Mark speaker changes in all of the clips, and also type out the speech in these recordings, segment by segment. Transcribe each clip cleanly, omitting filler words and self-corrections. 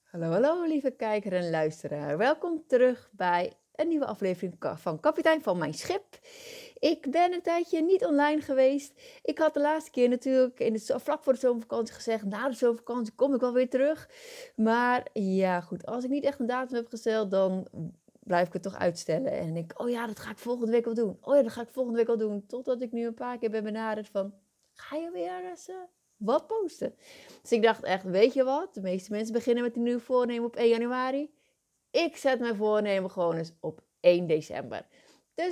Speaker 1: Hallo, hallo lieve kijker en luisteraar. Welkom terug bij een nieuwe aflevering van Kapitein van Mijn Schip. Ik ben een tijdje niet online geweest. Ik had de laatste keer natuurlijk vlak voor de zomervakantie gezegd, na de zomervakantie kom ik wel weer terug. Maar ja goed, als ik niet echt een datum heb gesteld, dan blijf ik het toch uitstellen. En ik, oh ja, dat ga ik volgende week wel doen. Oh ja, dat ga ik volgende week wel doen. Totdat ik nu een paar keer ben benaderd van, ga je weer eens wat posten? Dus ik dacht echt, weet je wat? De meeste mensen beginnen met een nieuw voornemen op 1 januari. Ik zet mijn voornemen gewoon eens op 1 december. Dus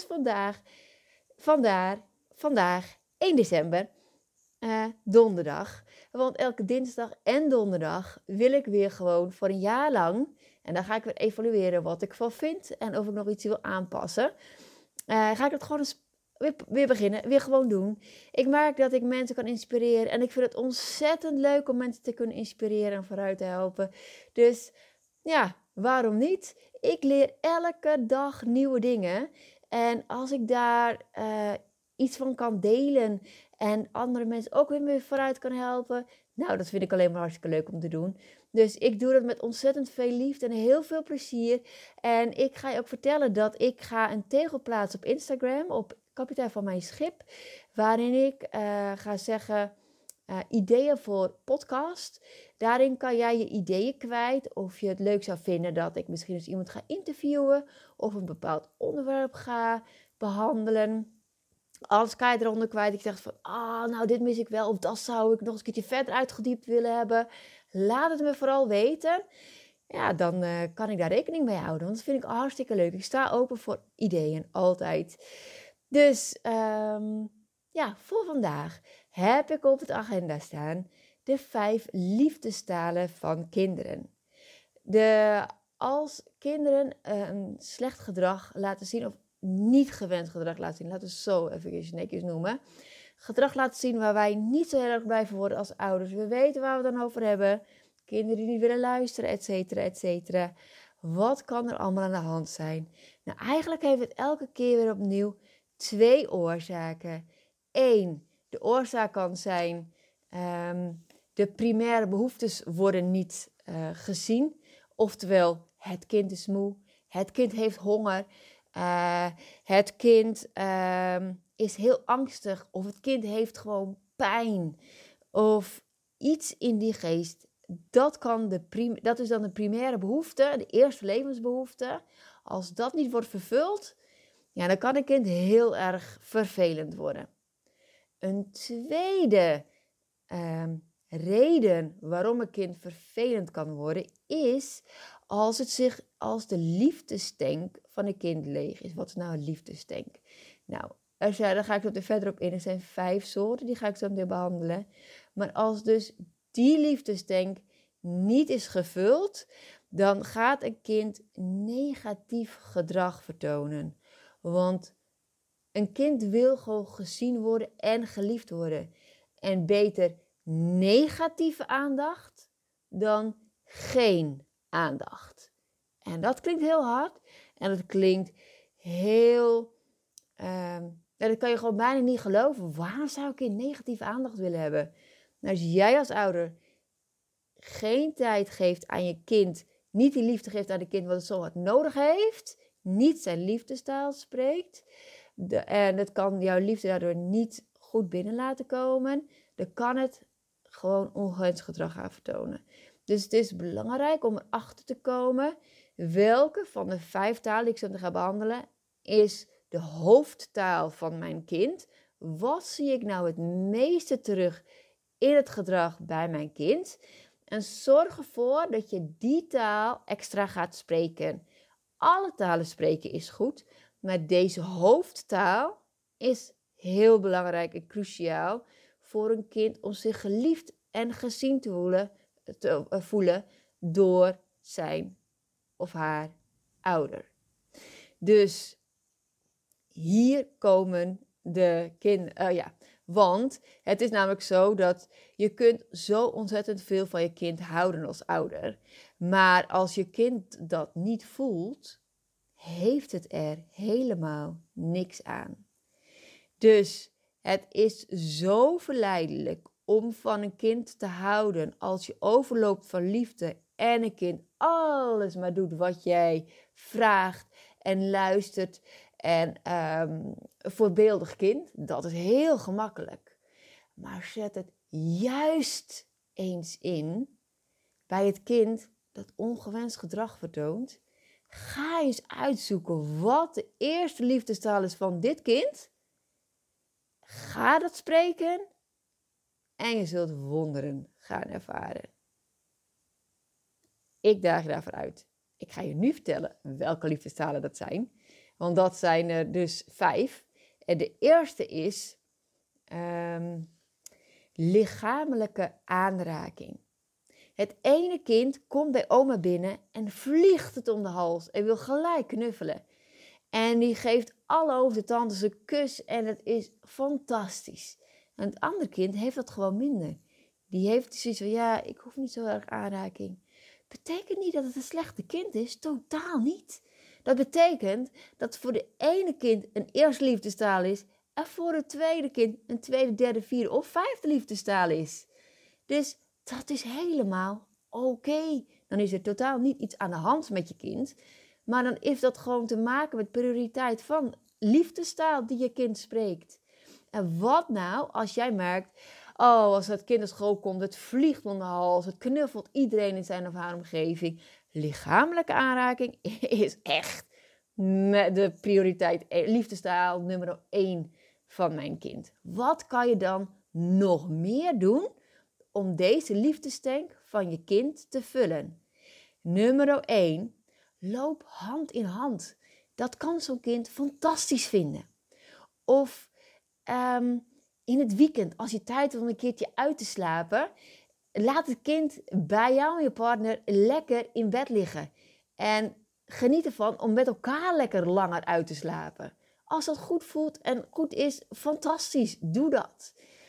Speaker 1: vandaag 1 december, donderdag. Want elke dinsdag en donderdag wil ik weer gewoon voor een jaar lang. En dan ga ik weer evalueren wat ik van vind en of ik nog iets wil aanpassen. Ga ik het gewoon eens weer beginnen, weer gewoon doen. Ik merk dat ik mensen kan inspireren. En ik vind het ontzettend leuk om mensen te kunnen inspireren en vooruit te helpen. Dus ja, waarom niet? Ik leer elke dag nieuwe dingen. En als ik daar iets van kan delen en andere mensen ook weer vooruit kan helpen. Nou, dat vind ik alleen maar hartstikke leuk om te doen. Dus ik doe dat met ontzettend veel liefde en heel veel plezier. En ik ga je ook vertellen dat ik ga een tegel plaatsen op Instagram, op Kapitein van Mijn Schip. Waarin ik ga zeggen ideeën voor podcast. Daarin kan jij je ideeën kwijt. Of je het leuk zou vinden dat ik misschien eens iemand ga interviewen. Of een bepaald onderwerp ga behandelen. Alles kan je eronder kwijt. Ik zeg van, nou dit mis ik wel. Of dat zou ik nog eens een keertje verder uitgediept willen hebben. Laat het me vooral weten. Ja, dan kan ik daar rekening mee houden. Want dat vind ik hartstikke leuk. Ik sta open voor ideeën, altijd. Dus voor vandaag heb ik op het agenda staan de 5 liefdestalen van kinderen. Als kinderen een slecht gedrag laten zien, of niet gewenst gedrag laten zien, laten we het zo even netjes noemen. Gedrag laten zien waar wij niet zo heel erg blij van worden als ouders. We weten waar we het dan over hebben. Kinderen die niet willen luisteren, et cetera, et cetera. Wat kan er allemaal aan de hand zijn? Nou, eigenlijk heeft het elke keer weer opnieuw 2 oorzaken. 1, de oorzaak kan zijn, de primaire behoeftes worden niet gezien. Oftewel, het kind is moe, het kind heeft honger, het kind is heel angstig of het kind heeft gewoon pijn of iets in die geest. Dat is dan de primaire behoefte, de eerste levensbehoefte. Als dat niet wordt vervuld, ja, dan kan een kind heel erg vervelend worden. Een tweede reden waarom een kind vervelend kan worden, is als de liefdestank van een kind leeg is. Wat is nou een liefdestank? Nou, daar ga ik zo verder op in. Er zijn 5 soorten, die ga ik zo meteen behandelen. Maar als dus die liefdestank niet is gevuld, dan gaat een kind negatief gedrag vertonen. Want een kind wil gewoon gezien worden en geliefd worden. En beter negatieve aandacht dan geen aandacht. En dat klinkt heel hard. En dat klinkt heel... dat kan je gewoon bijna niet geloven. Waarom zou ik een negatieve aandacht willen hebben? Nou, als jij als ouder geen tijd geeft aan je kind, niet die liefde geeft aan het kind wat het zo hard nodig heeft, niet zijn liefdestaal spreekt, en het kan jouw liefde daardoor niet goed binnen laten komen, dan kan het gewoon ongewenst gedrag gaan vertonen. Dus het is belangrijk om erachter te komen welke van de 5 talen die ik zo ga behandelen is de hoofdtaal van mijn kind. Wat zie ik nou het meeste terug in het gedrag bij mijn kind? En zorg ervoor dat je die taal extra gaat spreken. Alle talen spreken is goed, maar deze hoofdtaal is heel belangrijk en cruciaal voor een kind om zich geliefd en gezien te voelen door zijn of haar ouder. Dus hier komen de kinderen. Want het is namelijk zo dat je kunt zo ontzettend veel van je kind houden als ouder. Maar als je kind dat niet voelt, heeft het er helemaal niks aan. Dus het is zo verleidelijk om van een kind te houden als je overloopt van liefde en een kind alles maar doet wat jij vraagt en luistert en een voorbeeldig kind, dat is heel gemakkelijk. Maar zet het juist eens in bij het kind dat ongewenst gedrag vertoont. Ga eens uitzoeken wat de eerste liefdestaal is van dit kind. Ga dat spreken en je zult wonderen gaan ervaren. Ik daag je daarvoor uit. Ik ga je nu vertellen welke liefdestalen dat zijn. Want dat zijn er dus 5. En de eerste is lichamelijke aanraking. Het ene kind komt bij oma binnen en vliegt het om de hals en wil gelijk knuffelen. En die geeft alle over de tantes een kus en het is fantastisch. En het andere kind heeft dat gewoon minder. Die heeft zoiets van, ja, ik hoef niet zo erg aanraking. Betekent niet dat het een slechte kind is, totaal niet. Dat betekent dat voor de ene kind een eerste liefdestaal is en voor het tweede kind een tweede, derde, vierde of vijfde liefdestaal is. Dus dat is helemaal oké. Dan is er totaal niet iets aan de hand met je kind. Maar dan heeft dat gewoon te maken met prioriteit van liefdestaal die je kind spreekt. En wat nou als jij merkt, als het kind naar school komt, het vliegt om de hals, het knuffelt iedereen in zijn of haar omgeving. Lichamelijke aanraking is echt de prioriteit, liefdestaal nummer 1 van mijn kind. Wat kan je dan nog meer doen om deze liefdestank van je kind te vullen? Nummer 1, loop hand in hand. Dat kan zo'n kind fantastisch vinden. Of in het weekend, als je tijd hebt om een keertje uit te slapen, laat het kind bij jou en je partner lekker in bed liggen. En geniet ervan om met elkaar lekker langer uit te slapen. Als dat goed voelt en goed is, fantastisch, doe dat.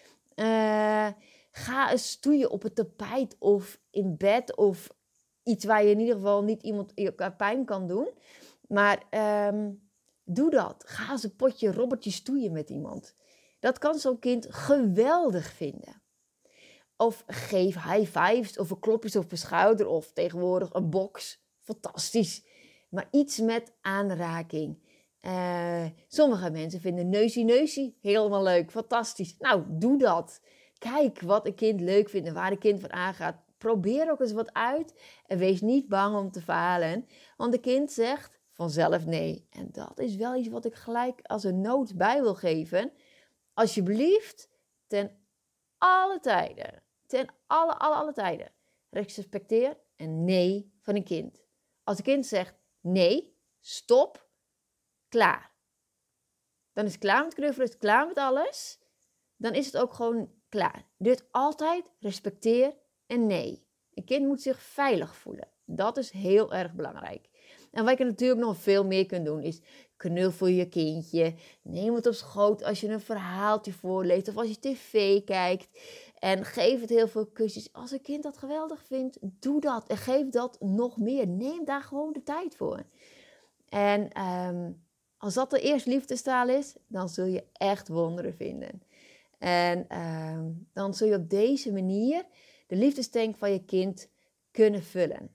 Speaker 1: Ga eens stoeien op het tapijt of in bed of iets waar je in ieder geval niet iemand pijn kan doen. Maar doe dat. Ga eens een potje robbertje stoeien met iemand. Dat kan zo'n kind geweldig vinden. Of geef high fives of een klopjes op de schouder of tegenwoordig een box. Fantastisch. Maar iets met aanraking. Sommige mensen vinden neusie helemaal leuk. Fantastisch. Nou, doe dat. Kijk wat een kind leuk vindt en waar een kind van aangaat. Probeer ook eens wat uit en wees niet bang om te falen. Want een kind zegt vanzelf nee. En dat is wel iets wat ik gelijk als een noot bij wil geven. Alsjeblieft, ten alle tijden. Ten alle tijden. Respecteer een nee van een kind. Als een kind zegt nee, stop, klaar. Dan is het klaar met knuffelen, is het klaar met alles. Dan is het ook gewoon klaar. Dus altijd respecteer een nee. Een kind moet zich veilig voelen. Dat is heel erg belangrijk. En wat je natuurlijk nog veel meer kunt doen is knuffel je kindje. Neem het op schoot als je een verhaaltje voorleest of als je tv kijkt. En geef het heel veel kusjes. Als een kind dat geweldig vindt, doe dat. En geef dat nog meer. Neem daar gewoon de tijd voor. En als dat de eerste liefdestaal is, dan zul je echt wonderen vinden. En dan zul je op deze manier de liefdestank van je kind kunnen vullen.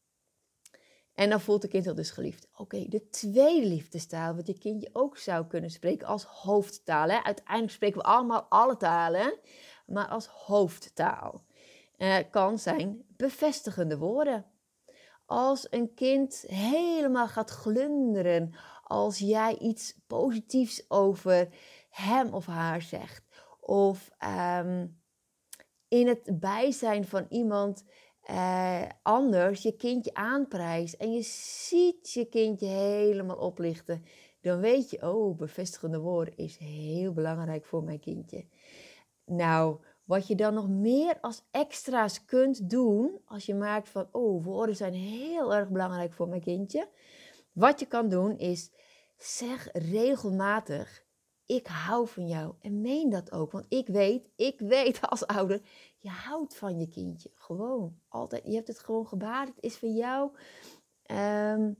Speaker 1: En dan voelt het kind zich dus geliefd. Oké, de tweede liefdestaal, wat je kindje ook zou kunnen spreken als hoofdtaal. Hè? Uiteindelijk spreken we allemaal alle talen, maar als hoofdtaal. Kan zijn bevestigende woorden. Als een kind helemaal gaat glunderen, als jij iets positiefs over hem of haar zegt. Of in het bijzijn van iemand anders je kindje aanprijst en je ziet je kindje helemaal oplichten, dan weet je, bevestigende woorden is heel belangrijk voor mijn kindje. Nou, wat je dan nog meer als extra's kunt doen, als je merkt van, woorden zijn heel erg belangrijk voor mijn kindje. Wat je kan doen is, zeg regelmatig, ik hou van jou. En meen dat ook, want ik weet als ouder, je houdt van je kindje. Gewoon, altijd. Je hebt het gewoon gebaard, het is van jou.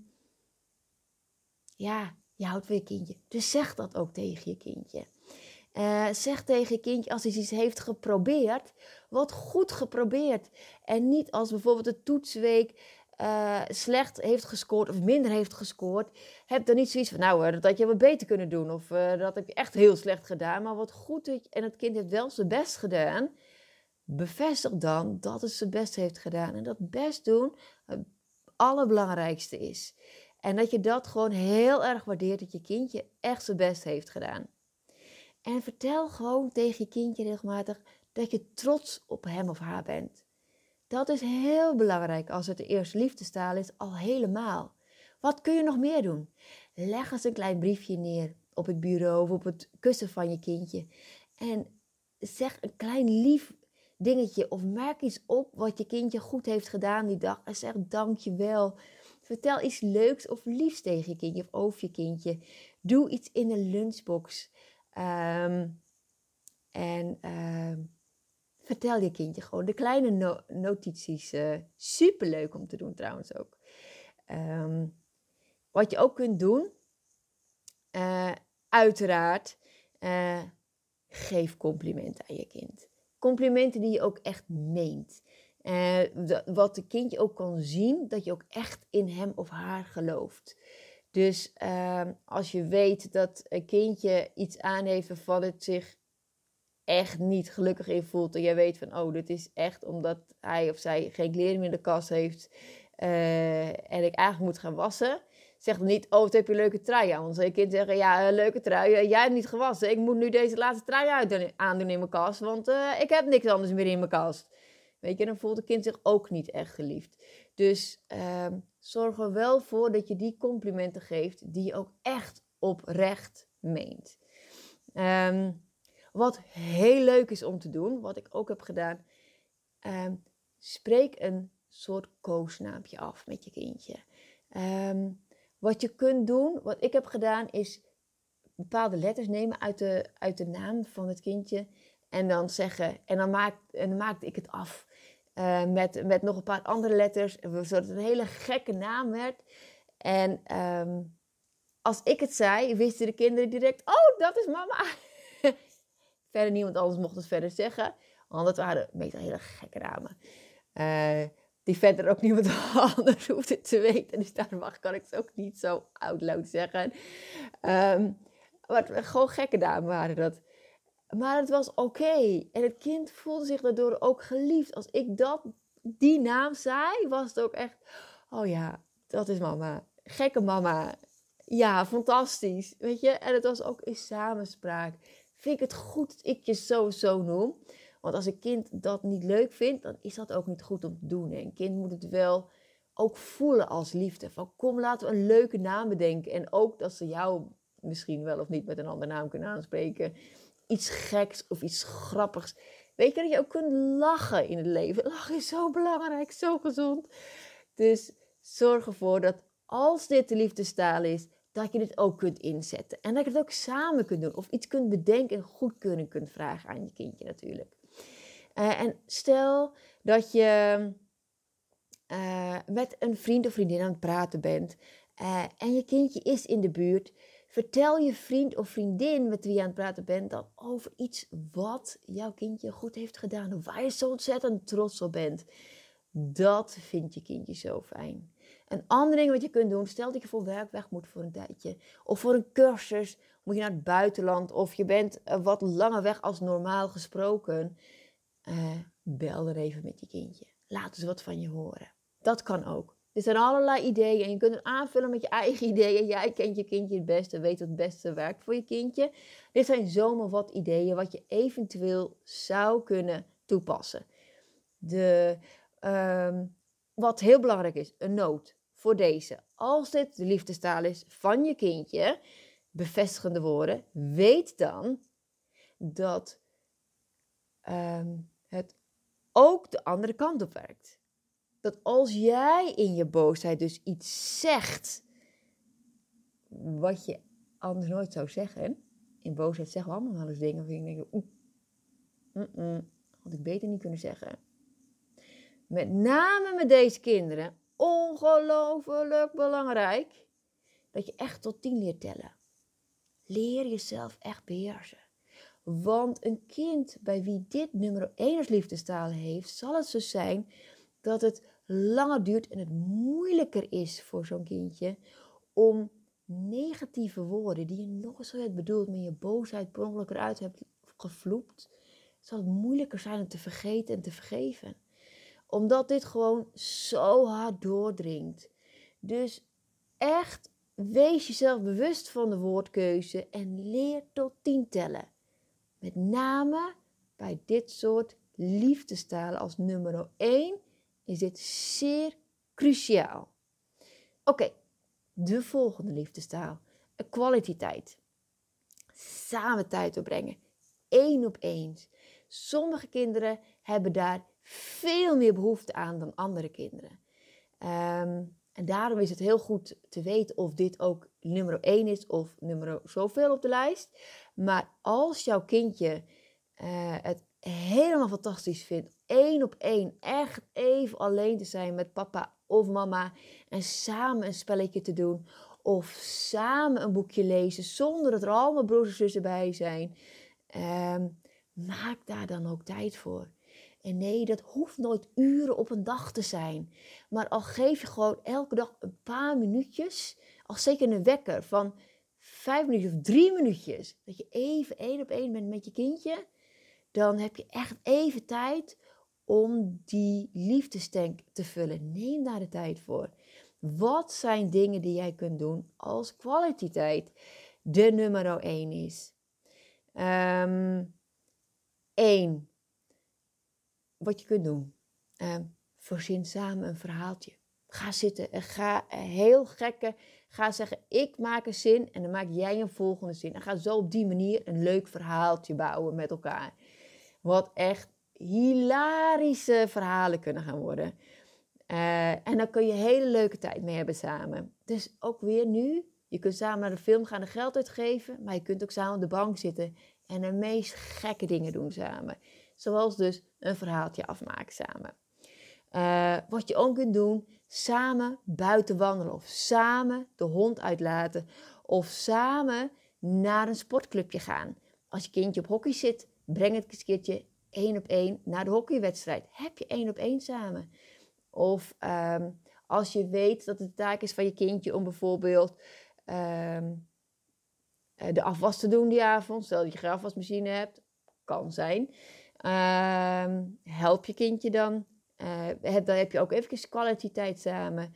Speaker 1: Je houdt van je kindje. Dus zeg dat ook tegen je kindje. Zeg tegen je kindje als hij iets heeft geprobeerd, wat goed geprobeerd. En niet als bijvoorbeeld de toetsweek slecht heeft gescoord of minder heeft gescoord. Heb dan niet zoiets van, nou, dat had je wat beter kunnen doen. Of dat heb je echt heel slecht gedaan. Maar wat goed, en het kind heeft wel zijn best gedaan. Bevestig dan dat het zijn best heeft gedaan. En dat best doen het allerbelangrijkste is. En dat je dat gewoon heel erg waardeert, dat je kindje echt zijn best heeft gedaan. En vertel gewoon tegen je kindje regelmatig dat je trots op hem of haar bent. Dat is heel belangrijk als het de eerste liefdestaal is, al helemaal. Wat kun je nog meer doen? Leg eens een klein briefje neer op het bureau of op het kussen van je kindje. En zeg een klein lief dingetje of merk iets op wat je kindje goed heeft gedaan die dag. En zeg dankjewel. Vertel iets leuks of liefs tegen je kindje of over je kindje. Doe iets in de lunchbox. Vertel je kindje gewoon de kleine notities. Superleuk om te doen trouwens ook. Wat je ook kunt doen, uiteraard, geef complimenten aan je kind. Complimenten die je ook echt meent. Wat de kindje ook kan zien, dat je ook echt in hem of haar gelooft. Dus als je weet dat een kindje iets aan heeft waarvan het zich echt niet gelukkig in voelt. En jij weet van, oh, dit is echt omdat hij of zij geen kleren meer in de kast heeft. En ik eigenlijk moet gaan wassen. Zeg dan niet, oh, wat heb je een leuke trui aan. Want dan zal je kind zeggen, ja, een leuke trui. Jij hebt niet gewassen. Ik moet nu deze laatste trui aandoen in mijn kast. Want ik heb niks anders meer in mijn kast. Weet je, dan voelt het kind zich ook niet echt geliefd. Dus zorg er wel voor dat je die complimenten geeft die je ook echt oprecht meent. Wat heel leuk is om te doen, wat ik ook heb gedaan, spreek een soort koosnaampje af met je kindje. Wat je kunt doen, wat ik heb gedaan, is bepaalde letters nemen uit de naam van het kindje en dan zeggen, en dan maakte ik het af met nog een paar andere letters, zodat het een hele gekke naam werd. En als ik het zei, wisten de kinderen direct, oh, dat is mama. Verder niemand anders mocht het verder zeggen. Want het waren meestal hele gekke namen. Die verder ook niemand anders hoefde te weten. Dus daarom kan ik het ook niet zo out loud zeggen. Maar gewoon gekke namen waren dat. Maar het was oké. En het kind voelde zich daardoor ook geliefd. Als ik die naam zei, was het ook echt, oh ja, dat is mama. Gekke mama. Ja, fantastisch. Weet je? En het was ook in samenspraak. Vind ik het goed dat ik je zo noem? Want als een kind dat niet leuk vindt, dan is dat ook niet goed om te doen. Een kind moet het wel ook voelen als liefde. Van kom, laten we een leuke naam bedenken. En ook dat ze jou misschien wel of niet met een andere naam kunnen aanspreken. Iets geks of iets grappigs. Weet je dat je ook kunt lachen in het leven? Lachen is zo belangrijk, zo gezond. Dus zorg ervoor dat als dit de liefdestaal is, dat je dit ook kunt inzetten. En dat je het ook samen kunt doen. Of iets kunt bedenken en goedkeuring kunt vragen aan je kindje natuurlijk. En stel dat je met een vriend of vriendin aan het praten bent. En je kindje is in de buurt. Vertel je vriend of vriendin met wie je aan het praten bent dan over iets wat jouw kindje goed heeft gedaan. Of waar je zo ontzettend trots op bent. Dat vindt je kindje zo fijn. Een ander ding wat je kunt doen, stel dat je voor werk weg moet voor een tijdje. Of voor een cursus moet je naar het buitenland. Of je bent wat langer weg als normaal gesproken. Bel er even met je kindje. Laat eens wat van je horen. Dat kan ook. Er zijn allerlei ideeën en je kunt het aanvullen met je eigen ideeën. Jij kent je kindje het beste, weet wat het beste werkt voor je kindje. Dit zijn zomaar wat ideeën wat je eventueel zou kunnen toepassen. Wat heel belangrijk is, een noot voor deze. Als dit de liefdestaal is van je kindje, bevestigende woorden, weet dan dat het ook de andere kant op werkt. Dat als jij in je boosheid dus iets zegt wat je anders nooit zou zeggen. In boosheid zeggen we allemaal wel eens dingen waarvan je denkt, had ik beter niet kunnen zeggen. Met name met deze kinderen, ongelooflijk belangrijk, dat je echt tot 10 leert tellen. Leer jezelf echt beheersen. Want een kind bij wie dit nummer 1 als liefdestaal heeft, zal het zo zijn dat het langer duurt en het moeilijker is voor zo'n kindje om negatieve woorden die je nog eens zo hebt bedoeld, met je boosheid per ongeluk eruit hebt gevloept, zal het moeilijker zijn om te vergeten en te vergeven. Omdat dit gewoon zo hard doordringt. Dus echt, wees jezelf bewust van de woordkeuze en leer tot 10 tellen. Met name bij dit soort liefdestalen als nummer 1 is dit zeer cruciaal. Oké, de volgende liefdestaal. Quality tijd. Samen tijd doorbrengen. 1 op 1. Sommige kinderen hebben daar veel meer behoefte aan dan andere kinderen. En daarom is het heel goed te weten of dit ook nummer 1 is of nummer zoveel op de lijst. Maar als jouw kindje het helemaal fantastisch vindt, 1 op 1 echt even alleen te zijn met papa of mama en samen een spelletje te doen of samen een boekje lezen zonder dat er allemaal broers en zussen bij zijn, maak daar dan ook tijd voor. En nee, dat hoeft nooit uren op een dag te zijn. Maar al geef je gewoon elke dag een paar minuutjes, al zeker een wekker van 5 minuutjes of 3 minuutjes, dat je even 1 op 1 bent met je kindje, dan heb je echt even tijd om die liefdestank te vullen. Neem daar de tijd voor. Wat zijn dingen die jij kunt doen als kwaliteit de nummer 1 is? 1. Wat je kunt doen. Verzin samen een verhaaltje. Ga zitten en ga ga zeggen, ik maak een zin en dan maak jij een volgende zin. En ga zo op die manier een leuk verhaaltje bouwen met elkaar. Wat echt hilarische verhalen kunnen gaan worden. En dan kun je hele leuke tijd mee hebben samen. Dus ook weer nu, je kunt samen naar de film gaan en geld uitgeven, maar je kunt ook samen op de bank zitten en de meest gekke dingen doen samen. Zoals dus een verhaaltje afmaken samen. Wat je ook kunt doen, samen buiten wandelen of samen de hond uitlaten of samen naar een sportclubje gaan. Als je kindje op hockey zit, breng het eens een keertje 1 op 1 naar de hockeywedstrijd. Heb je 1 op 1 samen. Of als je weet dat het de taak is van je kindje om bijvoorbeeld de afwas te doen die avond. Stel dat je geen afwasmachine hebt, kan zijn. Help je kindje dan. Dan heb je ook even kwaliteit samen.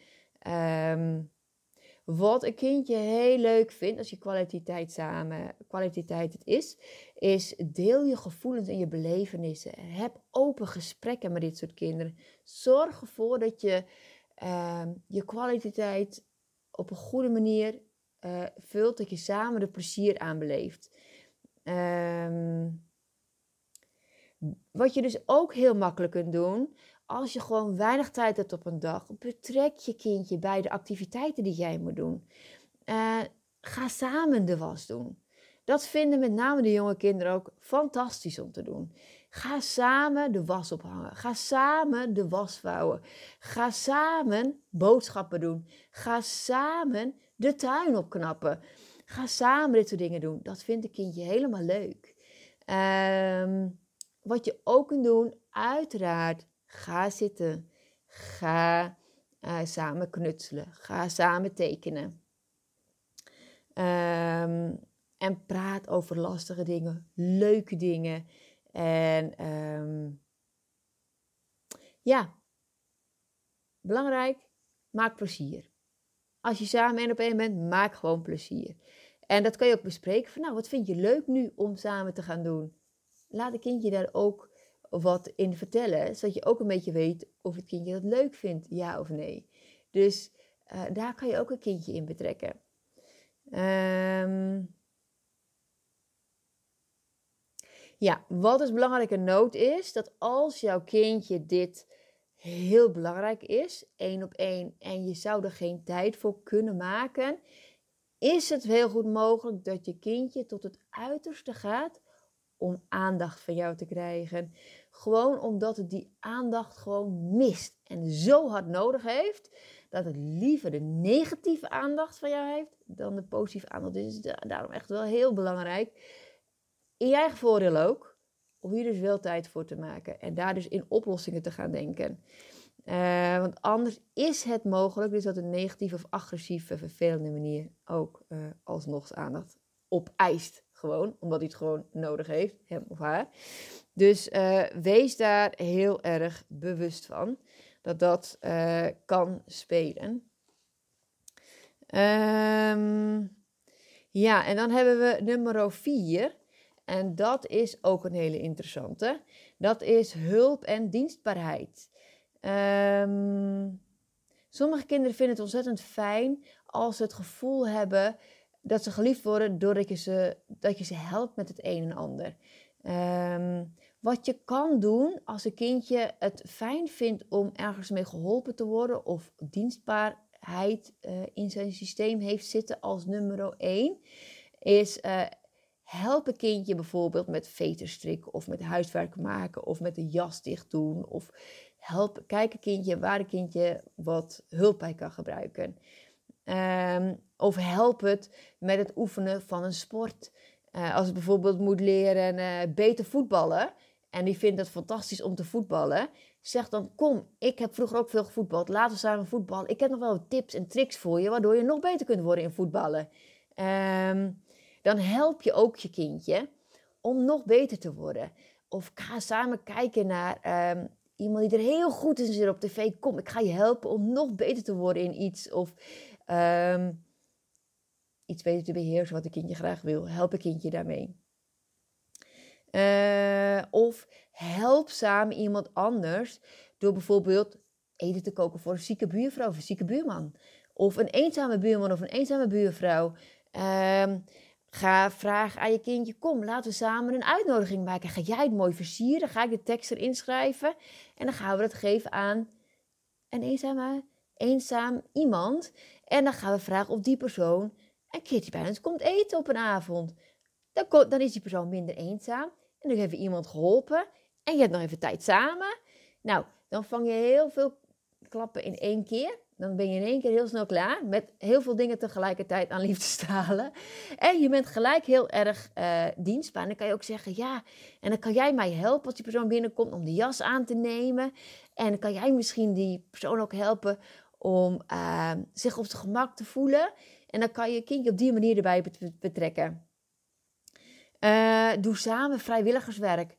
Speaker 1: Wat een kindje heel leuk vindt als je kwaliteit het is deel je gevoelens en je belevenissen. Heb open gesprekken met dit soort kinderen. Zorg ervoor dat je je kwaliteit op een goede manier vult, dat je samen er plezier aan beleeft. Wat je dus ook heel makkelijk kunt doen, als je gewoon weinig tijd hebt op een dag, betrek je kindje bij de activiteiten die jij moet doen. Ga samen de was doen. Dat vinden met name de jonge kinderen ook fantastisch om te doen. Ga samen de was ophangen. Ga samen de was vouwen. Ga samen boodschappen doen. Ga samen de tuin opknappen. Ga samen dit soort dingen doen. Dat vindt een kindje helemaal leuk. Wat je ook kunt doen, uiteraard, ga zitten. Ga samen knutselen. Ga samen tekenen. En praat over lastige dingen, leuke dingen. En belangrijk, maak plezier. Als je samen 1 op 1 bent, maak gewoon plezier. En dat kan je ook bespreken van, wat vind je leuk nu om samen te gaan doen? Laat het kindje daar ook wat in vertellen, zodat je ook een beetje weet of het kindje dat leuk vindt, ja of nee. Dus daar kan je ook een kindje in betrekken. Wat dus belangrijke noot is, dat als jouw kindje dit heel belangrijk is, 1 op 1, en je zou er geen tijd voor kunnen maken, is het heel goed mogelijk dat je kindje tot het uiterste gaat om aandacht van jou te krijgen. Gewoon omdat het die aandacht gewoon mist en zo hard nodig heeft, dat het liever de negatieve aandacht van jou heeft dan de positieve aandacht. Dus het is daarom echt wel heel belangrijk in je eigen voordeel ook, om hier dus wel tijd voor te maken. En daar dus in oplossingen te gaan denken. Want anders is het mogelijk dus dat een negatieve of agressieve, vervelende manier ook alsnog aandacht opeist. Gewoon, omdat hij het gewoon nodig heeft, hem of haar. Dus wees daar heel erg bewust van, dat kan spelen. Ja, en dan hebben we nummer 4. En dat is ook een hele interessante. Dat is hulp en dienstbaarheid. Sommige kinderen vinden het ontzettend fijn als ze het gevoel hebben dat ze geliefd worden doordat je ze helpt met het een en ander. Wat je kan doen als een kindje het fijn vindt om ergens mee geholpen te worden of dienstbaarheid in zijn systeem heeft zitten als nummer 1, is help een kindje bijvoorbeeld met veters strikken of met huiswerk maken of met de jas dicht doen. Of kijk een kindje waar een kindje wat hulp bij kan gebruiken. Of help het met het oefenen van een sport. Als het bijvoorbeeld moet leren beter voetballen en die vindt het fantastisch om te voetballen, zeg dan: kom, ik heb vroeger ook veel gevoetbald, laten we samen voetballen. Ik heb nog wel tips en tricks voor je, waardoor je nog beter kunt worden in voetballen. Dan help je ook je kindje om nog beter te worden. Of ga samen kijken naar iemand die er heel goed in zit op tv. Kom, ik ga je helpen om nog beter te worden in iets. Of iets beter te beheersen wat een kindje graag wil. Help een kindje daarmee. Of help samen iemand anders door bijvoorbeeld eten te koken voor een zieke buurvrouw of een zieke buurman. Of een eenzame buurman of een eenzame buurvrouw. Ga vragen aan je kindje: kom, laten we samen een uitnodiging maken. Ga jij het mooi versieren? Ga ik de tekst erin schrijven? En dan gaan we dat geven aan een eenzaam iemand. En dan gaan we vragen of die persoon een keertje bij ons komt eten op een avond. Dan is die persoon minder eenzaam. En dan hebben we iemand geholpen. En je hebt nog even tijd samen. Nou, dan vang je heel veel klappen in 1 keer. Dan ben je in 1 keer heel snel klaar met heel veel dingen tegelijkertijd aan liefdestalen. En je bent gelijk heel erg dienstbaar. En dan kan je ook zeggen: ja, en dan kan jij mij helpen als die persoon binnenkomt om de jas aan te nemen. En dan kan jij misschien die persoon ook helpen om zich op zijn gemak te voelen. En dan kan je kindje op die manier erbij betrekken. Doe samen vrijwilligerswerk.